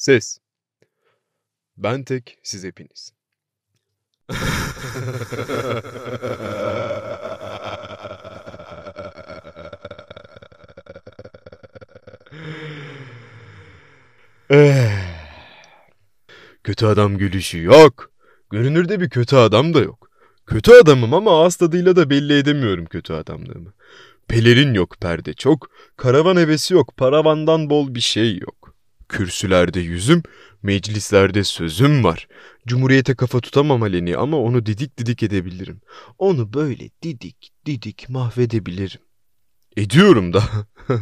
Ses. Ben tek, siz hepiniz. Kötü adam gülüşü yok. Görünürde bir kötü adam da yok. Kötü adamım ama ağız tadıyla da belli edemiyorum kötü adamlığımı. Pelerin yok, perde çok. Karavan hevesi yok, paravandan bol bir şey yok. Kürsülerde yüzüm, meclislerde sözüm var. Cumhuriyete kafa tutamam aleni ama onu didik didik edebilirim. Onu böyle didik didik mahvedebilirim. Ediyorum da.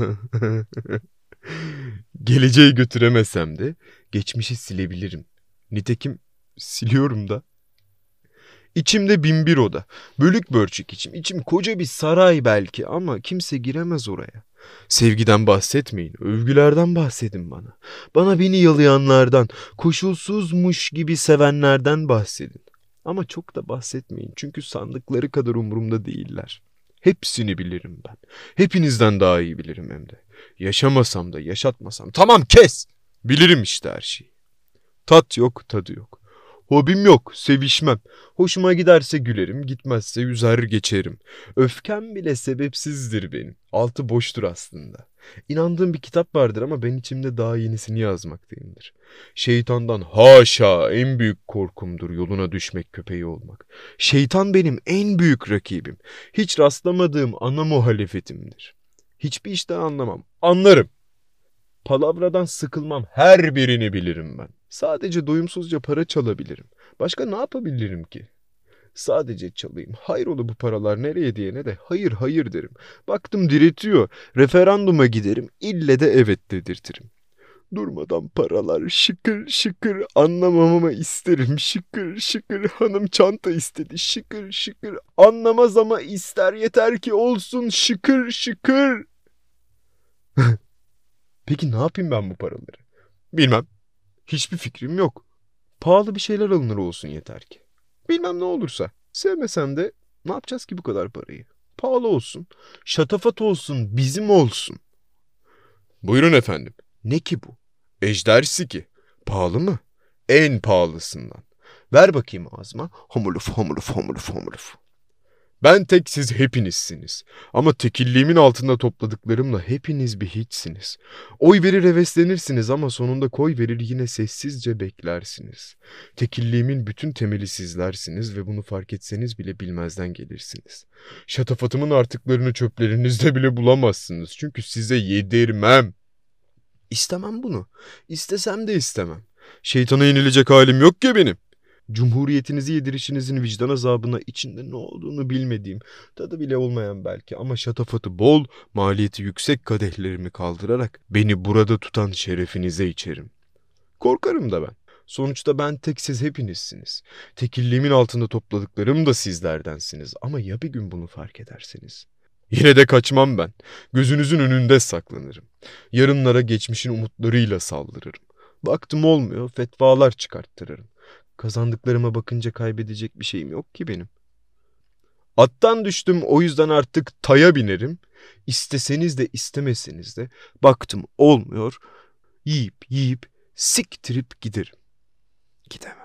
Geleceği götüremesem de geçmişi silebilirim. Nitekim siliyorum da. İçimde binbir oda. Bölük bölçük içim. İçim koca bir saray belki ama kimse giremez oraya. Sevgiden bahsetmeyin, övgülerden bahsedin bana. Bana beni yalayanlardan, koşulsuzmuş gibi sevenlerden bahsedin. Ama çok da bahsetmeyin çünkü sandıkları kadar umurumda değiller. Hepsini bilirim ben. Hepinizden daha iyi bilirim hem de. Yaşamasam da yaşatmasam. Tamam kes! Bilirim işte her şeyi. Tat yok, tadı yok. Hobim yok, sevişmem. Hoşuma giderse gülerim, gitmezse yüzer geçerim. Öfkem bile sebepsizdir benim. Altı boştur aslında. İnandığım bir kitap vardır ama ben içimde daha yenisini yazmaktayımdır. Şeytandan haşa en büyük korkumdur yoluna düşmek, köpeği olmak. Şeytan benim en büyük rakibim. Hiç rastlamadığım ana muhalefetimdir. Hiçbir işten anlamam. Anlarım. Palavradan sıkılmam, her birini bilirim ben. Sadece doyumsuzca para çalabilirim. Başka ne yapabilirim ki? Sadece çalayım. Hayrola bu paralar nereye diyene de hayır hayır derim. Baktım diretiyor. Referanduma giderim. İlle de evet dedirtirim. Durmadan paralar şıkır şıkır anlamamamı isterim. Şıkır şıkır hanım çanta istedi. Şıkır şıkır anlamaz ama ister yeter ki olsun şıkır şıkır. Peki ne yapayım ben bu paraları? Bilmem. Hiçbir fikrim yok. Pahalı bir şeyler alınır olsun yeter ki. Bilmem ne olursa. Sevmesem de ne yapacağız ki bu kadar parayı? Pahalı olsun. Şatafat olsun. Bizim olsun. Buyurun efendim. Ne ki bu? Ejdersi ki. Pahalı mı? En pahalısından. Ver bakayım ağzıma. Homuluf homuluf homuluf homuluf. Ben tek, siz hepinizsiniz. Ama tekilliğimin altında topladıklarımla hepiniz bir hiçsiniz. Oy verir heveslenirsiniz ama sonunda koy verir yine sessizce beklersiniz. Tekilliğimin bütün temeli sizlersiniz ve bunu fark etseniz bile bilmezden gelirsiniz. Şatafatımın artıklarını çöplerinizde bile bulamazsınız. Çünkü size yedirmem. İstemem bunu. İstesem de istemem. Şeytana yenilecek halim yok ki benim. Cumhuriyetinizi yedirişinizin vicdan azabına içinde ne olduğunu bilmediğim, tadı bile olmayan belki ama şatafatı bol, maliyeti yüksek kadehlerimi kaldırarak beni burada tutan şerefinize içerim. Korkarım da ben. Sonuçta ben tek, siz hepinizsiniz. Tekilliğimin altında topladıklarım da sizlerdensiniz ama ya bir gün bunu fark ederseniz? Yine de kaçmam ben. Gözünüzün önünde saklanırım. Yarınlara geçmişin umutlarıyla saldırırım. Baktım olmuyor, fetvalar çıkarttırırım. Kazandıklarıma bakınca kaybedecek bir şeyim yok ki benim. Attan düştüm, o yüzden artık taya binerim. İsteseniz de istemeseniz de baktım olmuyor. Yiyip yiyip siktirip giderim. Gidemem.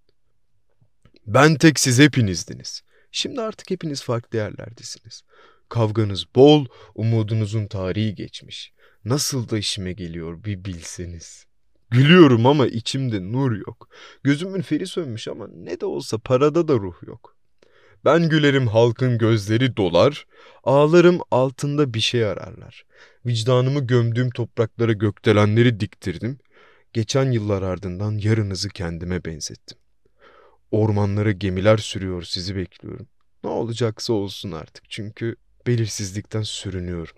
Ben tek, siz hepinizdiniz. Şimdi artık hepiniz farklı yerlerdesiniz. Kavganız bol, umudunuzun tarihi geçmiş. Nasıl da işime geliyor bir bilseniz. Gülüyorum ama içimde nur yok. Gözümün feri sönmüş ama ne de olsa parada da ruh yok. Ben gülerim, halkın gözleri dolar, ağlarım, altında bir şey ararlar. Vicdanımı gömdüğüm topraklara gökdelenleri diktirdim. Geçen yıllar ardından yarınızı kendime benzettim. Ormanlara gemiler sürüyor, sizi bekliyorum. Ne olacaksa olsun artık çünkü belirsizlikten sürünüyorum.